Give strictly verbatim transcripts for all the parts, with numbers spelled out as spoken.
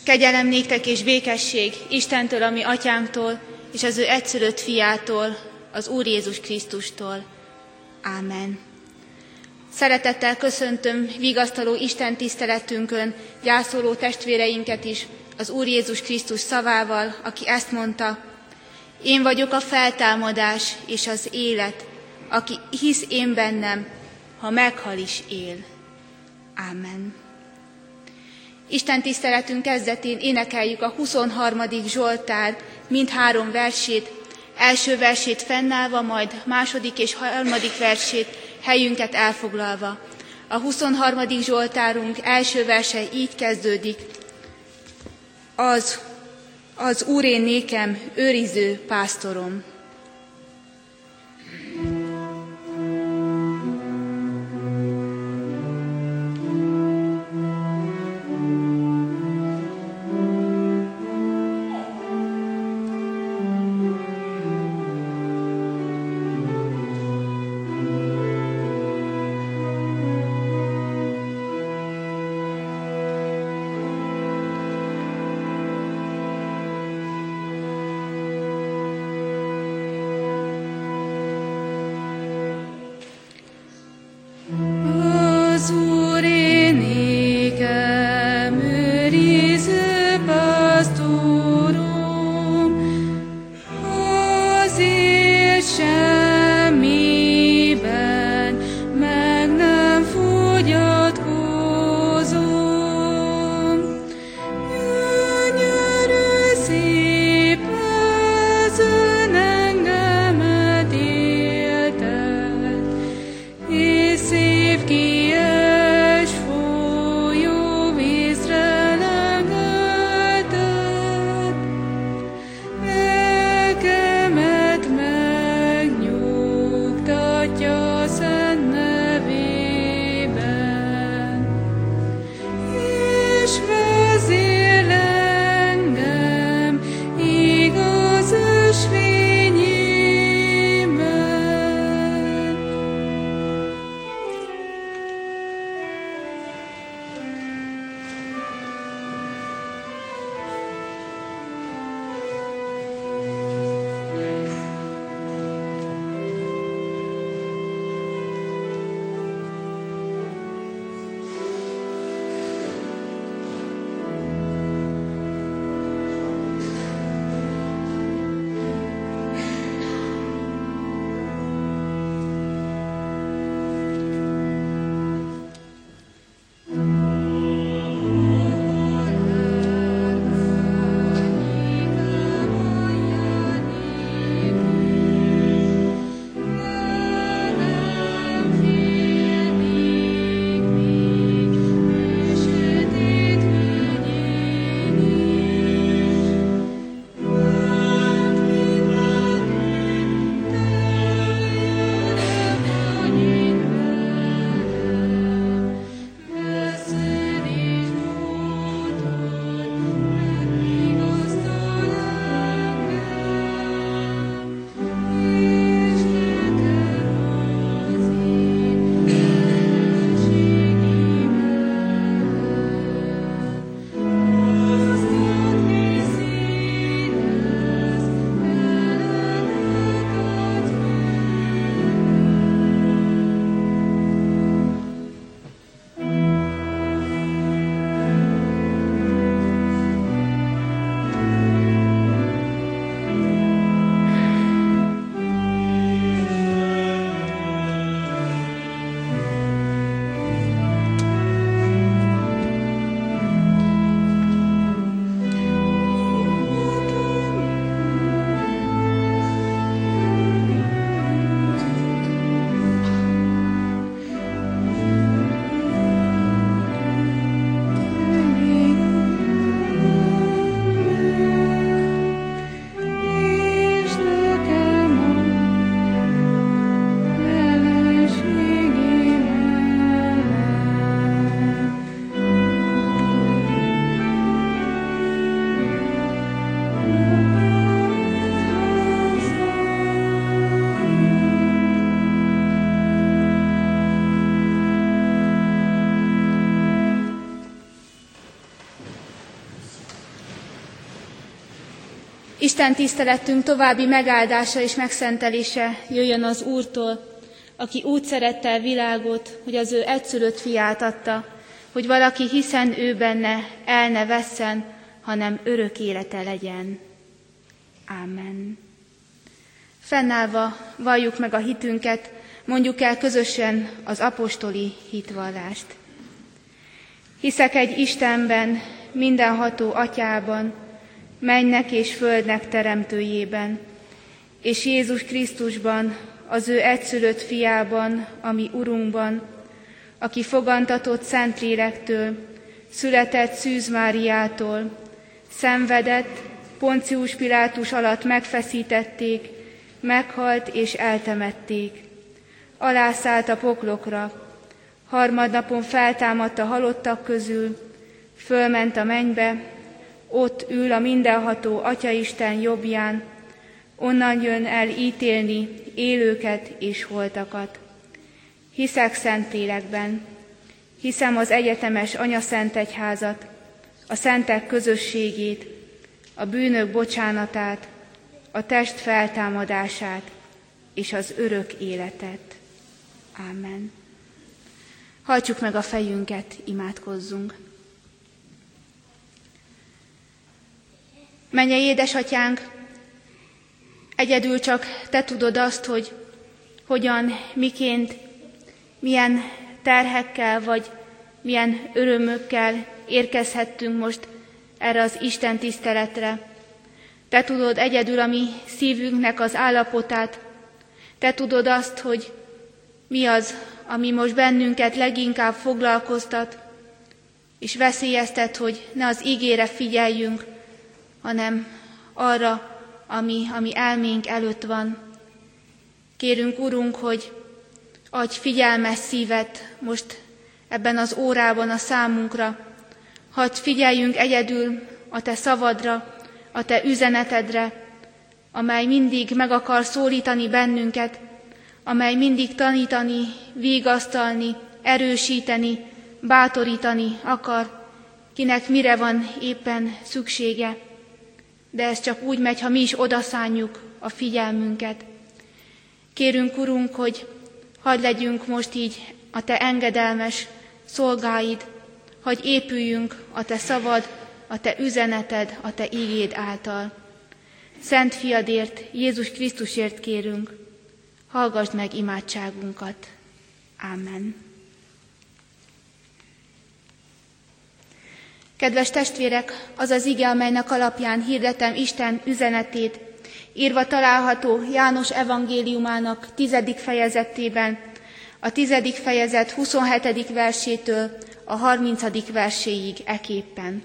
Kegyelem néktek és békesség Istentől, a mi atyánktól, és az ő egyszülött fiától, az Úr Jézus Krisztustól. Ámen. Szeretettel köszöntöm vigasztaló Isten tiszteletünkön gyászoló testvéreinket is az Úr Jézus Krisztus szavával, aki ezt mondta: én vagyok a feltámadás és az élet, aki hisz én bennem, ha meghal is él. Ámen. Isten tiszteletünk kezdetén énekeljük a huszonharmadik Zsoltár mindhárom versét, első versét fennállva, majd második és harmadik versét helyünket elfoglalva. A huszonharmadik Zsoltárunk első verse így kezdődik: Az, az Úr én nékem őriző pásztorom. Isten tiszteletünk további megáldása és megszentelése jöjjön az Úrtól, aki úgy szerette a világot, hogy az ő egyszülött fiát adta, hogy valaki hiszen ő benne el ne vesszen, hanem örök élete legyen. Ámen. Fennállva valljuk meg a hitünket, mondjuk el közösen az apostoli hitvallást. Hiszek egy Istenben, mindenható Atyában, mennek és földnek teremtőjében, és Jézus Krisztusban, az ő egyszülött fiában, ami Urunkban, aki fogantatott Szentlélektől, született Szűz Máriától, szenvedett, Poncius Pilátus alatt megfeszítették, meghalt és eltemették. Alászállt a poklokra, harmadnapon feltámadt a halottak közül, fölment a mennybe, ott ül a mindenható Atyaisten jobbján, onnan jön el ítélni élőket és holtakat. Hiszek Szentlélekben, hiszem az egyetemes Anyaszentegyházat, a szentek közösségét, a bűnök bocsánatát, a test feltámadását és az örök életet. Ámen. Hajtsuk meg a fejünket, imádkozzunk. Mennyei édesatyánk, egyedül csak Te tudod azt, hogy hogyan, miként, milyen terhekkel vagy milyen örömökkel érkezhettünk most erre az Isten tiszteletre. Te tudod egyedül a mi szívünknek az állapotát. Te tudod azt, hogy mi az, ami most bennünket leginkább foglalkoztat, és veszélyeztet, hogy ne az ígére figyeljünk, hanem arra, ami, ami elménk előtt van. Kérünk, Urunk, hogy adj figyelmes szívet most ebben az órában a számunkra. Hadd figyeljünk egyedül a Te szavadra, a Te üzenetedre, amely mindig meg akar szólítani bennünket, amely mindig tanítani, vigasztalni, erősíteni, bátorítani akar, kinek mire van éppen szüksége. De ez csak úgy megy, ha mi is odaszánjuk a figyelmünket. Kérünk, Urunk, hogy hadd legyünk most így a Te engedelmes szolgáid, hadd épüljünk a Te szavad, a Te üzeneted, a Te ígéd által. Szent Fiadért, Jézus Krisztusért kérünk, hallgassd meg imádságunkat. Ámen. Kedves testvérek, az az ige, amelynek alapján hirdetem Isten üzenetét, írva található János evangéliumának tizedik fejezetében, a tizedik fejezet huszonhetedik versétől a harmincadik verséig eképpen.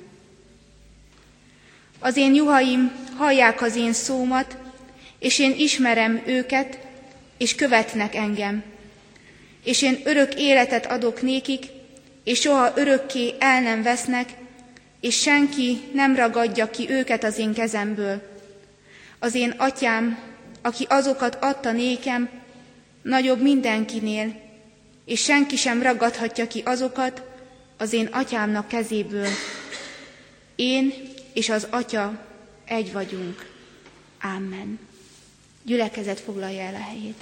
Az én juhaim hallják az én szómat, és én ismerem őket, és követnek engem. És én örök életet adok nékik, és soha örökké el nem vesznek, és senki nem ragadja ki őket az én kezemből. Az én atyám, aki azokat adta nékem, nagyobb mindenkinél, és senki sem ragadhatja ki azokat az én atyámnak kezéből. Én és az Atya egy vagyunk. Amen. Gyülekezet foglalja el a helyét.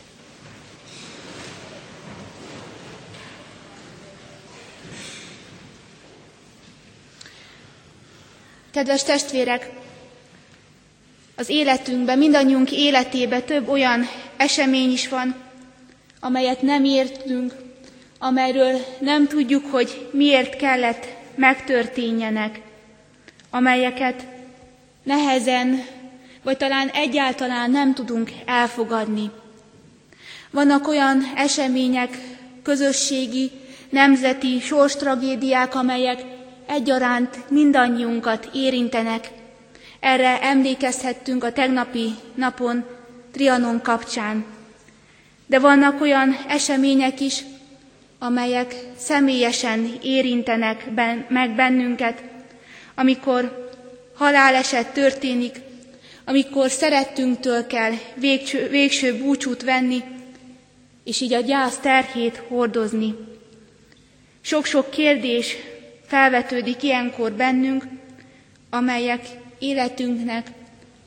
Kedves testvérek, az életünkben, mindannyiunk életében több olyan esemény is van, amelyet nem értünk, amelyről nem tudjuk, hogy miért kellett megtörténjenek, amelyeket nehezen, vagy talán egyáltalán nem tudunk elfogadni. Vannak olyan események, közösségi, nemzeti sorstragédiák, amelyek egyaránt mindannyiunkat érintenek. Erre emlékezhettünk a tegnapi napon, Trianon kapcsán. De vannak olyan események is, amelyek személyesen érintenek ben, meg bennünket, amikor haláleset történik, amikor szerettünktől kell végső, végső búcsút venni, és így a gyász terhét hordozni. Sok-sok kérdés felvetődik ilyenkor bennünk, amelyek életünknek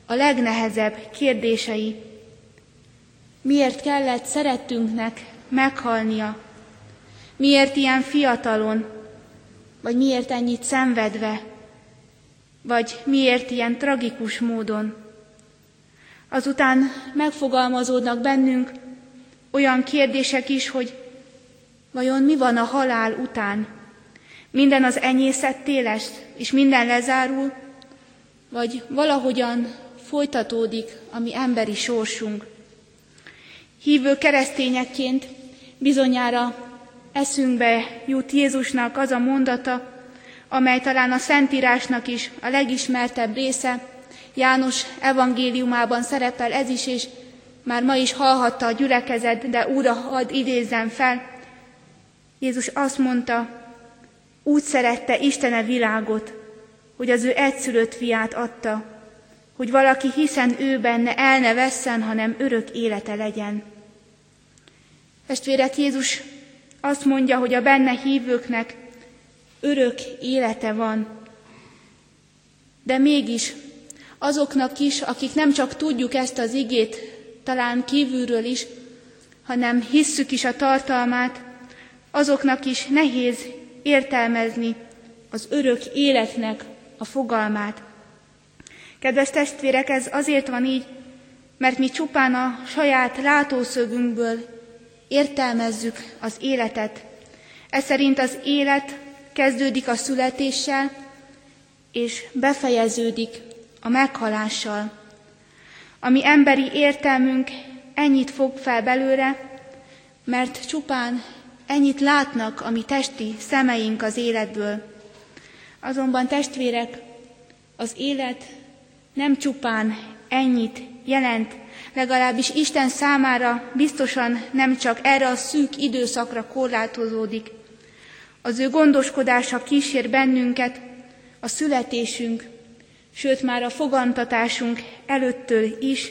a legnehezebb kérdései. Miért kellett szerettünknek meghalnia? Miért ilyen fiatalon? Vagy miért ennyit szenvedve? Vagy miért ilyen tragikus módon? Azután megfogalmazódnak bennünk olyan kérdések is, hogy vajon mi van a halál után? Minden az enyészetté lesz, és minden lezárul, vagy valahogyan folytatódik a mi emberi sorsunk. Hívő keresztényekként bizonyára eszünkbe jut Jézusnak az a mondata, amely talán a Szentírásnak is a legismertebb része, János evangéliumában szerepel ez is, és már ma is hallhatta a gyülekezet, de újra hadd idézzem fel. Jézus azt mondta, úgy szerette Isten a világot, hogy az ő egyszülött fiát adta, hogy valaki hiszen ő benne el ne vesszen, hanem örök élete legyen. Testvérek, Jézus azt mondja, hogy a benne hívőknek örök élete van, de mégis azoknak is, akik nem csak tudjuk ezt az igét, talán kívülről is, hanem hisszük is a tartalmát, azoknak is nehéz értelmezni az örök életnek a fogalmát. Kedves testvérek, ez azért van így, mert mi csupán a saját látószögünkből értelmezzük az életet. Ez szerint az élet kezdődik a születéssel, és befejeződik a meghalással. A mi emberi értelmünk ennyit fog fel belőle, mert csupán ennyit látnak a mi testi szemeink az életből. Azonban testvérek, az élet nem csupán ennyit jelent, legalábbis Isten számára biztosan nem csak erre a szűk időszakra korlátozódik. Az ő gondoskodása kísér bennünket a születésünk, sőt már a fogantatásunk előttől is,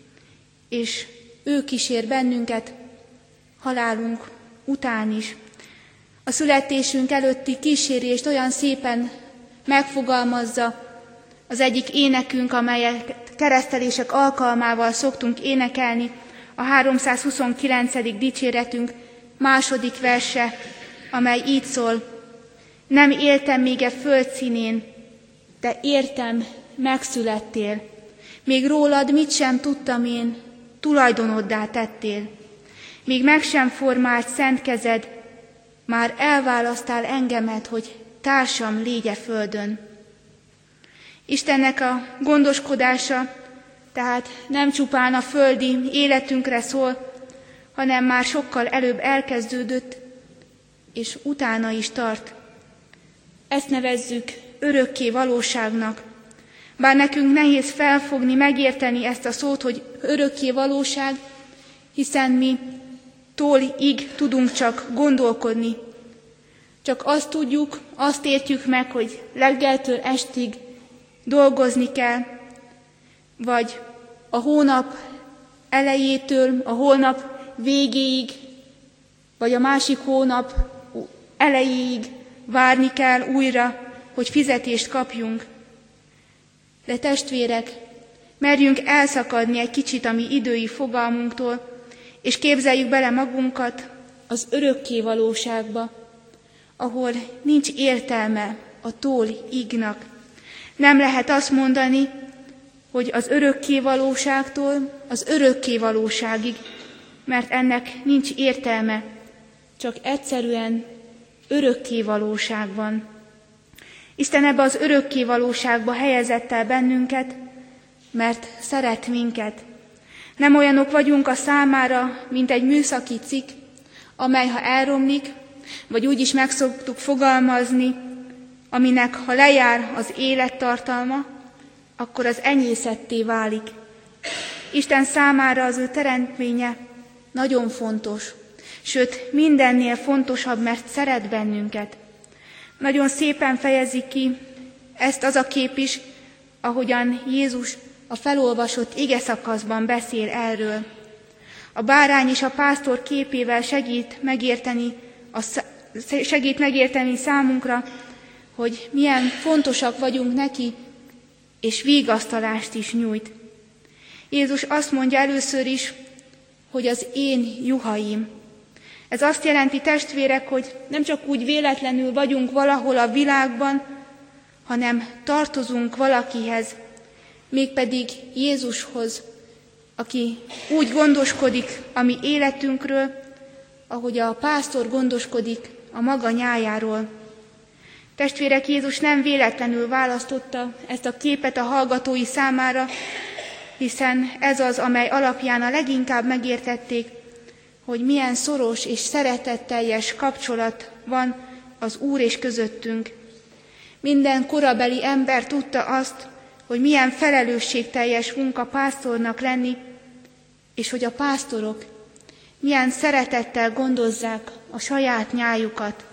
és ő kísér bennünket halálunk után is. A születésünk előtti kísérést olyan szépen megfogalmazza az egyik énekünk, amelyet keresztelések alkalmával szoktunk énekelni, a háromszázhuszonkilencedik dicséretünk második verse, amely így szól: nem éltem még e föld színén, de értem, megszülettél. Még rólad mit sem tudtam én, tulajdonoddá tettél. Még meg sem formált szent kezed, már elválasztál engemet, hogy társam légye földön. Istennek a gondoskodása tehát nem csupán a földi életünkre szól, hanem már sokkal előbb elkezdődött, és utána is tart. Ezt nevezzük örökké valóságnak. Bár nekünk nehéz felfogni, megérteni ezt a szót, hogy örökké valóság, hiszen mi tól-ig tudunk csak gondolkodni. Csak azt tudjuk, azt értjük meg, hogy reggeltől estig dolgozni kell, vagy a hónap elejétől a hónap végéig, vagy a másik hónap elejéig várni kell újra, hogy fizetést kapjunk. De testvérek, merjünk elszakadni egy kicsit a mi idői fogalmunktól, és képzeljük bele magunkat az örökké valóságba, ahol nincs értelme a tól-ignak. Nem lehet azt mondani, hogy az örökké valóságtól az örökké valóságig, mert ennek nincs értelme, csak egyszerűen örökké valóság van. Isten ebbe az örökké valóságba helyezett el bennünket, mert szeret minket. Nem olyanok vagyunk a számára, mint egy műszaki cikk, amely ha elromlik, vagy úgy is meg szoktuk fogalmazni, aminek ha lejár az élettartalma, akkor az enyészetté válik. Isten számára az ő teremtménye nagyon fontos, sőt mindennél fontosabb, mert szeret bennünket. Nagyon szépen fejezi ki ezt az a kép is, ahogyan Jézus a felolvasott igeszakaszban beszél erről. A bárány és a pásztor képével segít megérteni, a, segít megérteni számunkra, hogy milyen fontosak vagyunk neki, és vigasztalást is nyújt. Jézus azt mondja először is, hogy az én juhaim. Ez azt jelenti, testvérek, hogy nem csak úgy véletlenül vagyunk valahol a világban, hanem tartozunk valakihez, mégpedig Jézushoz, aki úgy gondoskodik a mi életünkről, ahogy a pásztor gondoskodik a maga nyájáról. Testvérek, Jézus nem véletlenül választotta ezt a képet a hallgatói számára, hiszen ez az, amely alapján a leginkább megértették, hogy milyen szoros és szeretetteljes kapcsolat van az Úr és közöttünk. Minden korabeli ember tudta azt, hogy milyen felelősségteljes munka pásztornak lenni, és hogy a pásztorok milyen szeretettel gondozzák a saját nyájukat.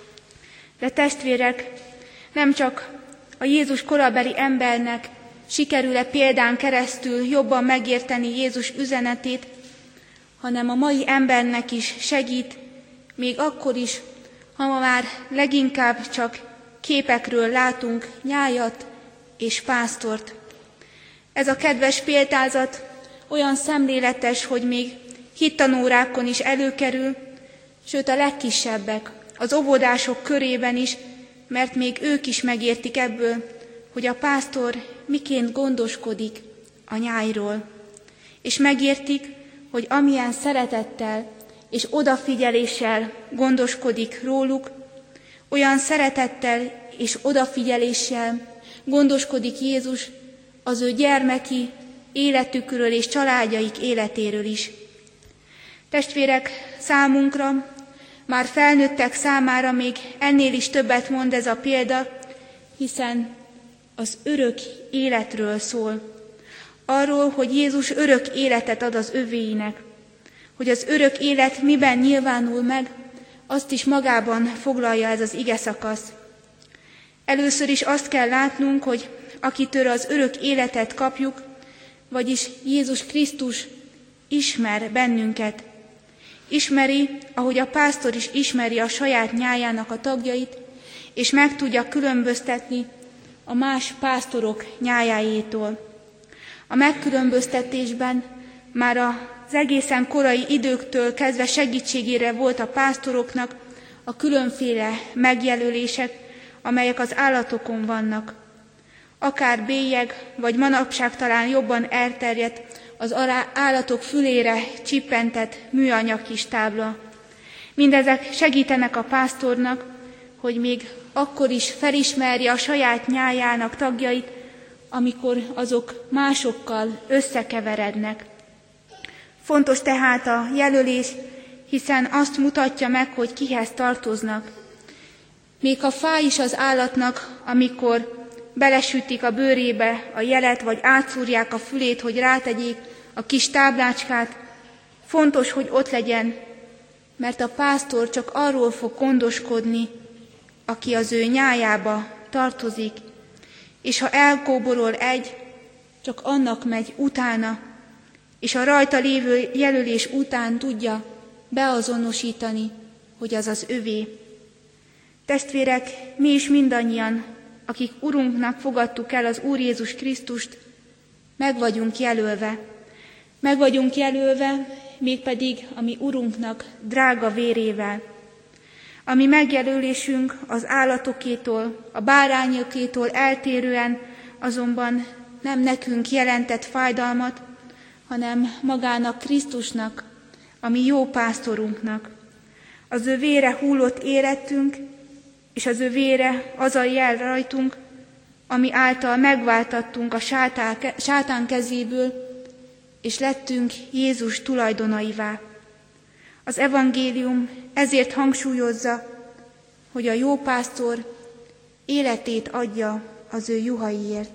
De testvérek, nem csak a Jézus korabeli embernek sikerül-e példán keresztül jobban megérteni Jézus üzenetét, hanem a mai embernek is segít, még akkor is, ha ma már leginkább csak képekről látunk nyájat és pásztort. Ez a kedves példázat olyan szemléletes, hogy még hittanórákon is előkerül, sőt a legkisebbek, az óvodások körében is, mert még ők is megértik ebből, hogy a pásztor miként gondoskodik a nyájról. És megértik, hogy amilyen szeretettel és odafigyeléssel gondoskodik róluk, olyan szeretettel és odafigyeléssel gondoskodik Jézus az ő gyermeki életükről és családjaik életéről is. Testvérek, számunkra, már felnőttek számára még ennél is többet mond ez a példa, hiszen az örök életről szól. Arról, hogy Jézus örök életet ad az övéinek. Hogy az örök élet miben nyilvánul meg, azt is magában foglalja ez az igeszakasz. Először is azt kell látnunk, hogy akitől az örök életet kapjuk, vagyis Jézus Krisztus ismer bennünket. Ismeri, ahogy a pásztor is ismeri a saját nyájának a tagjait, és meg tudja különböztetni a más pásztorok nyájáétól. A megkülönböztetésben már az egészen korai időktől kezdve segítségére volt a pásztoroknak a különféle megjelölések, amelyek az állatokon vannak. Akár bélyeg, vagy manapság talán jobban elterjedt az állatok fülére csippentett műanyag kis tábla. Mindezek segítenek a pásztornak, hogy még akkor is felismerje a saját nyájának tagjait, amikor azok másokkal összekeverednek. Fontos tehát a jelölés, hiszen azt mutatja meg, hogy kihez tartoznak. Még ha fáj is az állatnak, amikor belesütik a bőrébe a jelet, vagy átszúrják a fülét, hogy rátegyék a kis táblácskát, fontos, hogy ott legyen, mert a pásztor csak arról fog gondoskodni, aki az ő nyájába tartozik, és ha elkóborol egy, csak annak megy utána, és a rajta lévő jelölés után tudja beazonosítani, hogy az az övé. Testvérek, mi is mindannyian, akik Urunknak fogadtuk el az Úr Jézus Krisztust, meg vagyunk jelölve. Meg vagyunk jelölve, mégpedig a mi Urunknak drága vérével. A mi megjelölésünk az állatokétól, a bárányokétól eltérően azonban nem nekünk jelentett fájdalmat, hanem magának Krisztusnak, a mi jó pásztorunknak. Az ő vére hullott érettünk, és az ő vére az a jel rajtunk, ami által megváltattunk a sátán kezéből, és lettünk Jézus tulajdonaivá. Az evangélium ezért hangsúlyozza, hogy a jó pásztor életét adja az ő juhaiért.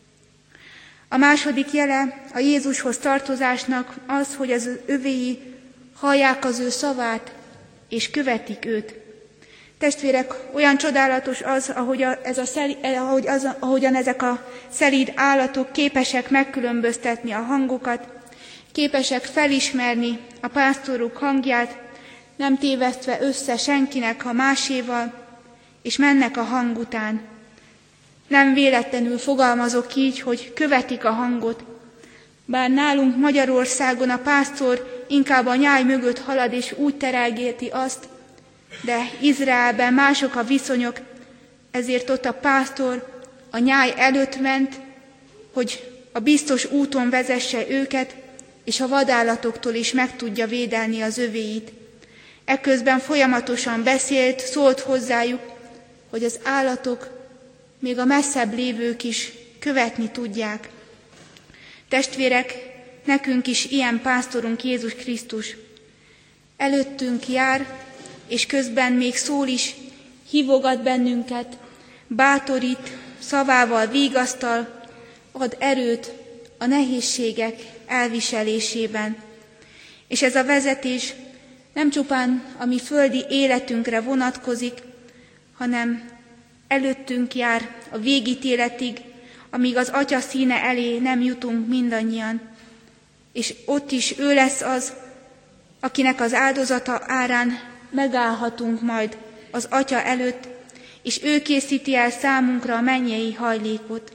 A második jele a Jézushoz tartozásnak az, hogy az övéi hallják az ő szavát, és követik őt. Testvérek, olyan csodálatos az, ahogy a, ez a szeli, ahogy az, ahogyan ezek a szelíd állatok képesek megkülönböztetni a hangokat, képesek felismerni a pásztoruk hangját, nem tévesztve össze senkinek a máséval, és mennek a hang után. Nem véletlenül fogalmazok így, hogy követik a hangot, Bár nálunk Magyarországon a pásztor inkább a nyáj mögött halad és úgy terelgéti azt, de Izraelben mások a viszonyok, ezért ott a pásztor a nyáj előtt ment, hogy a biztos úton vezesse őket, és a vadállatoktól is meg tudja védelni az övéit. Ekközben folyamatosan beszélt, szólt hozzájuk, hogy az állatok, még a messzebb lévők is követni tudják. Testvérek, nekünk is ilyen pásztorunk Jézus Krisztus. Előttünk jár, és közben még szól is, hívogat bennünket, bátorít, szavával vigasztal, ad erőt a nehézségek elviselésében. És ez a vezetés nem csupán a mi földi életünkre vonatkozik, hanem előttünk jár a végítéletig, amíg az Atya színe elé nem jutunk mindannyian. És ott is ő lesz az, akinek az áldozata árán megállhatunk majd az Atya előtt, és ő készíti el számunkra a mennyei hajlékot.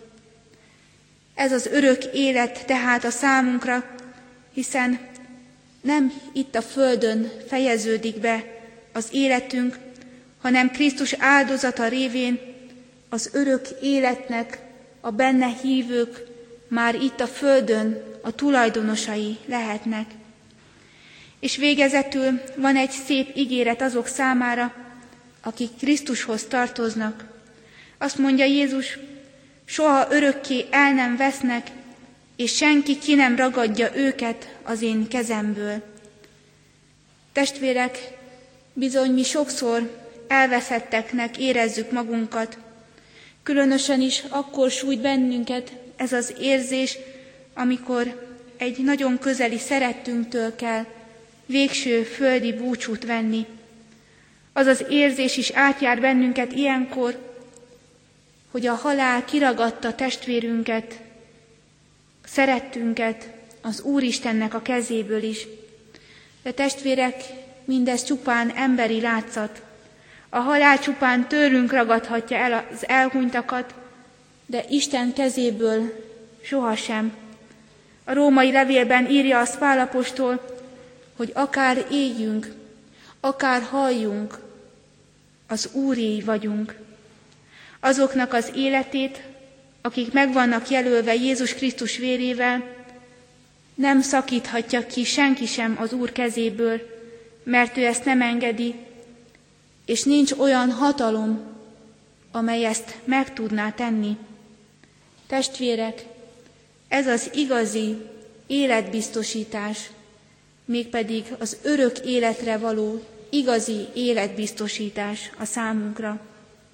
Ez az örök élet tehát a számunkra, hiszen nem itt a földön fejeződik be az életünk, hanem Krisztus áldozata révén az örök életnek a benne hívők már itt a földön a tulajdonosai lehetnek. És végezetül van egy szép ígéret azok számára, akik Krisztushoz tartoznak. Azt mondja Jézus, soha örökké el nem vesznek, és senki ki nem ragadja őket az én kezemből. Testvérek, bizony mi sokszor elveszetteknek érezzük magunkat, különösen is akkor sújt bennünket ez az érzés, amikor egy nagyon közeli szerettünktől kell végső földi búcsút venni. Az az érzés is átjár bennünket ilyenkor, hogy a halál kiragadta testvérünket, szerettünket az Úristennek a kezéből is. De testvérek, mindez csupán emberi látszat. A halál csupán tőlünk ragadhatja el az elhunytakat, de Isten kezéből sohasem. A római levélben írja az Pál apostol, hogy akár éljünk, akár halljunk, az Úréi vagyunk. Azoknak az életét, akik meg vannak jelölve Jézus Krisztus vérével, nem szakíthatja ki senki sem az Úr kezéből, mert ő ezt nem engedi, és nincs olyan hatalom, amely ezt meg tudná tenni. Testvérek, ez az igazi életbiztosítás, mégpedig az örök életre való igazi életbiztosítás a számunkra.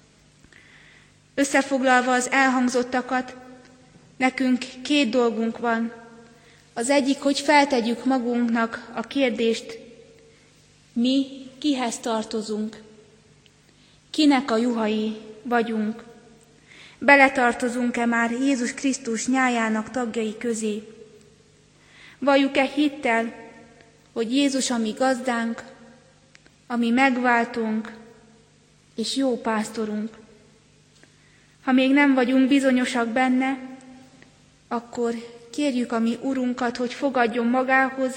Összefoglalva az elhangzottakat, nekünk két dolgunk van. Az egyik, hogy feltegyük magunknak a kérdést, mi kihez tartozunk, kinek a juhai vagyunk, beletartozunk-e már Jézus Krisztus nyájának tagjai közé. Valljuk-e hittel, hogy Jézus a mi gazdánk, a mi megváltónk és jó pásztorunk. Ha még nem vagyunk bizonyosak benne, akkor kérjük a mi Urunkat, hogy fogadjon magához,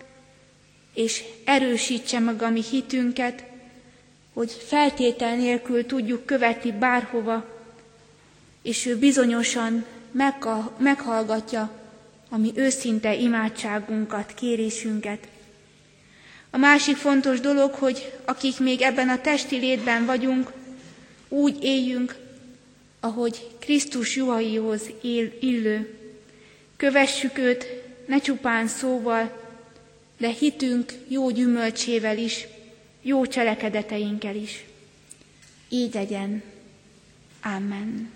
és erősítse meg a mi hitünket, hogy feltétel nélkül tudjuk követni bárhova, és ő bizonyosan meghallgatja a mi őszinte imádságunkat, kérésünket. A másik fontos dolog, hogy akik még ebben a testi létben vagyunk, úgy éljünk, ahogy Krisztus juhaihoz illő. Kövessük őt ne csupán szóval, de hitünk jó gyümölcsével is, jó cselekedeteinkkel is. Így legyen. Amen.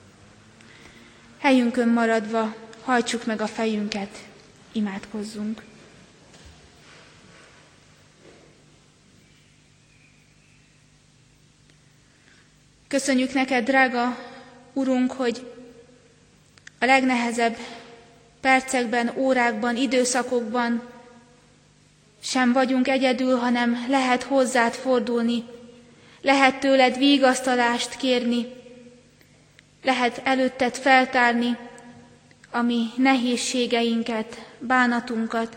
Helyünkön maradva hajtsuk meg a fejünket, imádkozzunk. Köszönjük neked, drága Urunk, hogy a legnehezebb percekben, órákban, időszakokban sem vagyunk egyedül, hanem lehet hozzád fordulni, lehet tőled vigasztalást kérni, lehet előtted feltárni, a mi nehézségeinket, bánatunkat.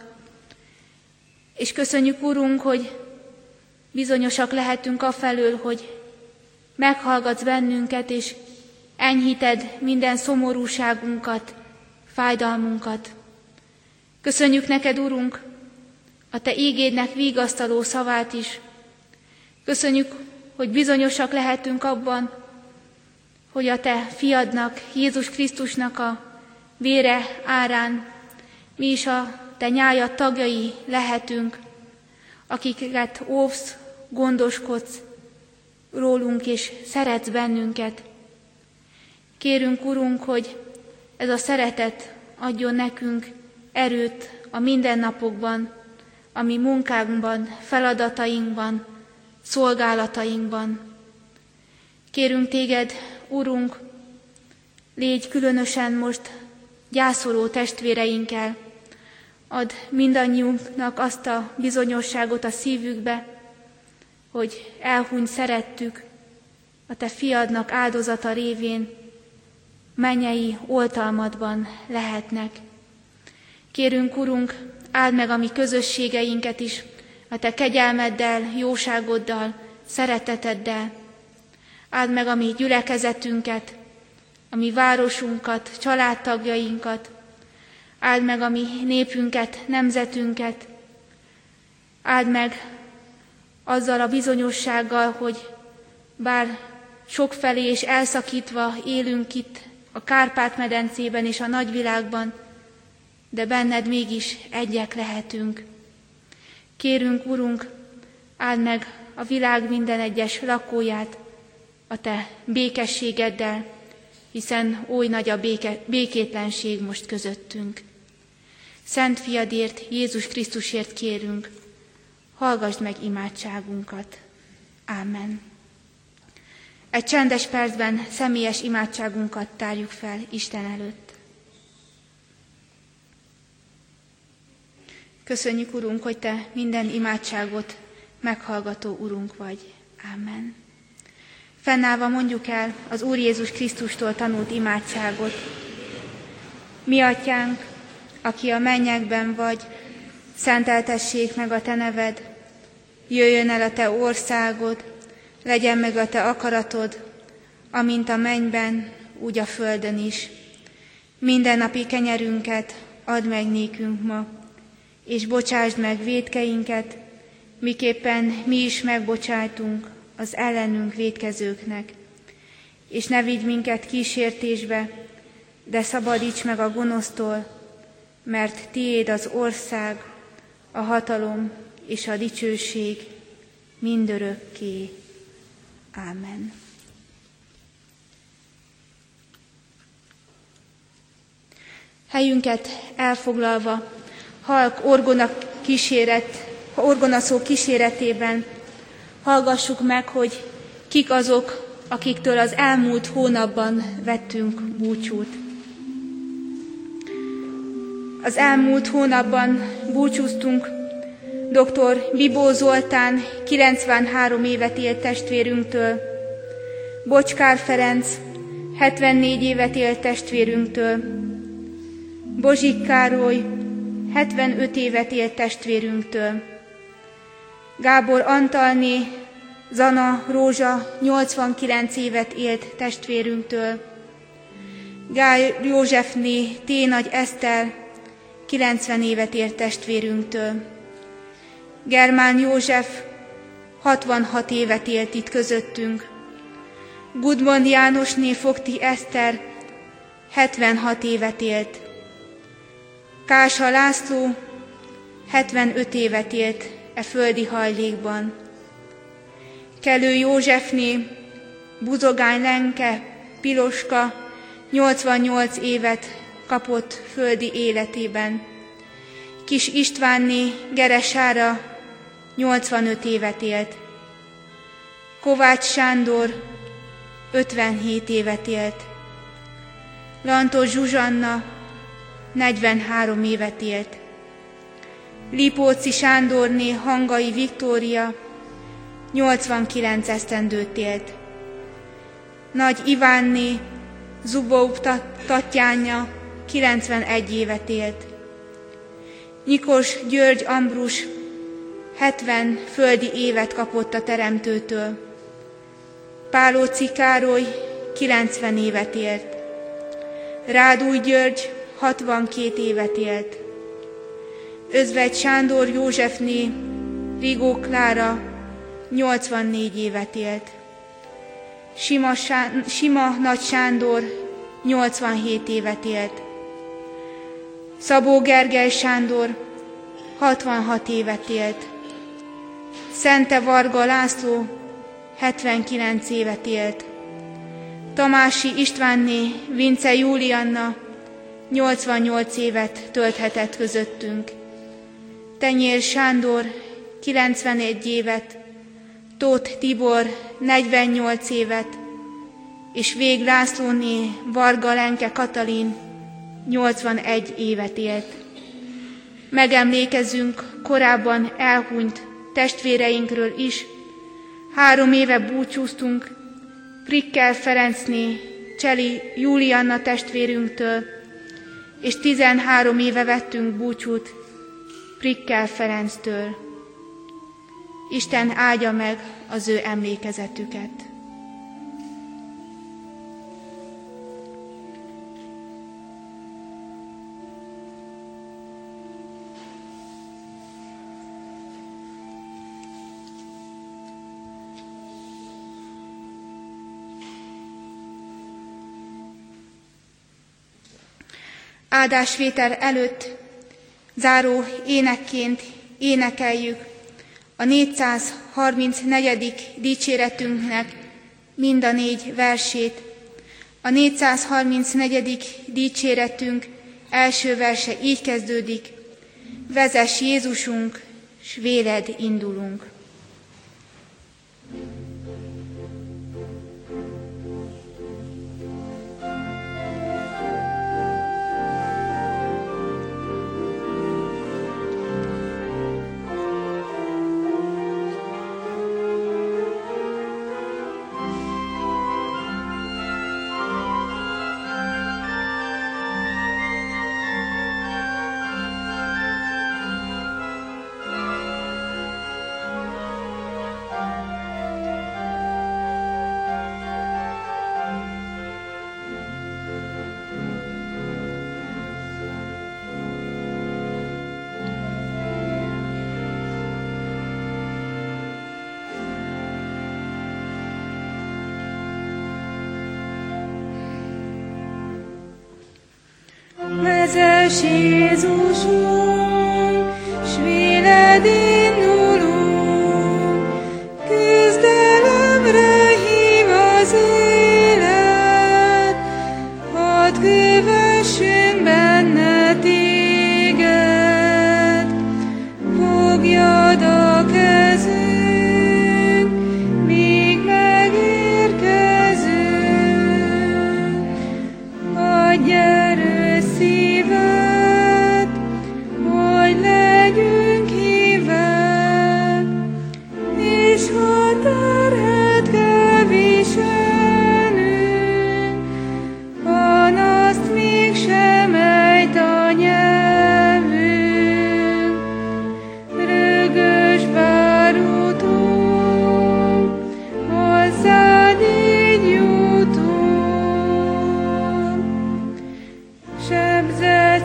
És köszönjük, Urunk, hogy bizonyosak lehetünk afelől, hogy meghallgatsz bennünket, és enyhíted minden szomorúságunkat, fájdalmunkat. Köszönjük neked, Urunk, a Te ígédnek vigasztaló szavát is. Köszönjük, hogy bizonyosak lehetünk abban, hogy a Te fiadnak, Jézus Krisztusnak a vére árán mi is a Te nyájad tagjai lehetünk, akiket óvsz, gondoskodsz rólunk és szeretsz bennünket. Kérünk, Urunk, hogy ez a szeretet adjon nekünk erőt a mindennapokban, a mi munkánkban, feladatainkban, szolgálatainkban. Kérünk Téged, Urunk, légy különösen most gyászoló testvéreinkkel, add mindannyiunknak azt a bizonyosságot a szívükbe, hogy elhunyt szerettük a Te fiadnak áldozata révén, mennyei oltalmadban lehetnek. Kérünk, Urunk, áld meg a mi közösségeinket is, a Te kegyelmeddel, jóságoddal, szereteteddel. Áld meg a mi gyülekezetünket, a mi városunkat, családtagjainkat. Áld meg a mi népünket, nemzetünket. Áld meg azzal a bizonyossággal, hogy bár sokfelé és elszakítva élünk itt a Kárpát-medencében és a nagyvilágban, de benned mégis egyek lehetünk. Kérünk, Urunk, áld meg a világ minden egyes lakóját a Te békességeddel, hiszen oly nagy a béke, békétlenség most közöttünk. Szent Fiadért, Jézus Krisztusért kérünk, hallgasd meg imádságunkat. Ámen. Egy csendes percben személyes imádságunkat tárjuk fel Isten előtt. Köszönjük, Urunk, hogy Te minden imádságot meghallgató Urunk vagy. Ámen. Fennállva mondjuk el az Úr Jézus Krisztustól tanult imádságot. Mi Atyánk, aki a mennyekben vagy, szenteltessék meg a Te neved, jöjjön el a Te országod, legyen meg a Te akaratod, amint a mennyben, úgy a földön is. Mindennapi kenyerünket add meg nékünk ma, és bocsásd meg vétkeinket, miképpen mi is megbocsájtunk az ellenünk vétkezőknek. És ne vigy minket kísértésbe, de szabadíts meg a gonosztól, mert Tiéd az ország, a hatalom és a dicsőség mindörökké. Ámen. Helyünket elfoglalva, halk orgona kíséret, orgonaszó kíséretében hallgassuk meg, hogy kik azok, akiktől az elmúlt hónapban vettünk búcsút. Az elmúlt hónapban búcsúztunk dr. Bibó Zoltán kilencvenhárom évet élt testvérünktől, Bocskár Ferenc hetvennégy évet élt testvérünktől, Bozsik Károly hetvenöt évet élt testvérünktől, Gábor Antalné, Zana Rózsa nyolcvankilenc évet élt testvérünktől, Gál Józsefné, T. Nagy Eszter kilencven évet élt testvérünktől, Germán József hatvanhat évet élt itt közöttünk, Gudmond Jánosné Fogti Eszter hetvenhat évet élt, Kása László hetvenöt évet élt e földi hajlékban, Kelő Józsefné Buzogány Lenke Piloska nyolcvannyolc évet kapott földi életében, Kis Istvánné Geresára nyolcvanöt évet élt, Kovács Sándor ötvenhét évet élt, Lantos Zsuzsanna negyvenhárom évet élt, Lipóci Sándorné Hangai Viktória nyolcvankilenc esztendőt élt, Nagy Ivánné Zubov Tatjánya kilencvenegy évet élt. Nyikos György Ambrus hetven földi évet kapott a Teremtőtől. Pálóczy Károly kilencven évet élt. Rádúj György hatvankét évet élt. Özvegy Sándor Józsefné Rigó Klára nyolcvannégy évet élt. Sima, Sá- Sima Nagy Sándor nyolcvanhét évet élt. Szabó Gergely Sándor hatvanhat évet élt. Szente Varga László hetvenkilenc évet élt. Tamási Istvánné Vince Júlianna nyolcvannyolc évet tölthetett közöttünk. Tenyér Sándor kilencvenegy évet, Tóth Tibor negyvennyolc évet, és Vég Lászlóné Varga Lenke Katalin nyolcvanegy évet élt. Megemlékezünk korábban elhunyt testvéreinkről is. Három éve búcsúztunk Prikkel Ferencné Cseli Júlianna testvérünktől, és tizenhárom éve vettünk búcsút Prikkel Ferenctől. Isten áldja meg az ő emlékezetüket. Áldásvétel előtt záró énekként énekeljük a négyszázharmincnegyedik dicséretünknek mind a négy versét. A négyszázharmincnegyedik dicséretünk első verse így kezdődik: Vezess Jézusunk, s véled indulunk. Vezess Jézusunk, s véled indulunk, küzdelemre hív az élet, hadd kövessünk benne téged, fogjad a kezünk, míg megérkezünk, adj erőt szíved, hogy legyünk hívek, és ha terhet kell viselnünk, panaszt mégsem ejt a nyelvünk. Rögös várutunk, hozzád így jutunk. Sebzett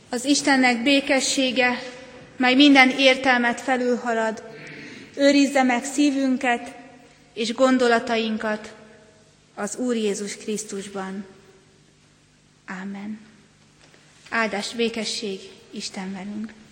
Az Istennek békessége, mely minden értelmet felülhalad, őrizze meg szívünket és gondolatainkat az Úr Jézus Krisztusban. Ámen. Áldás, békesség, Isten velünk!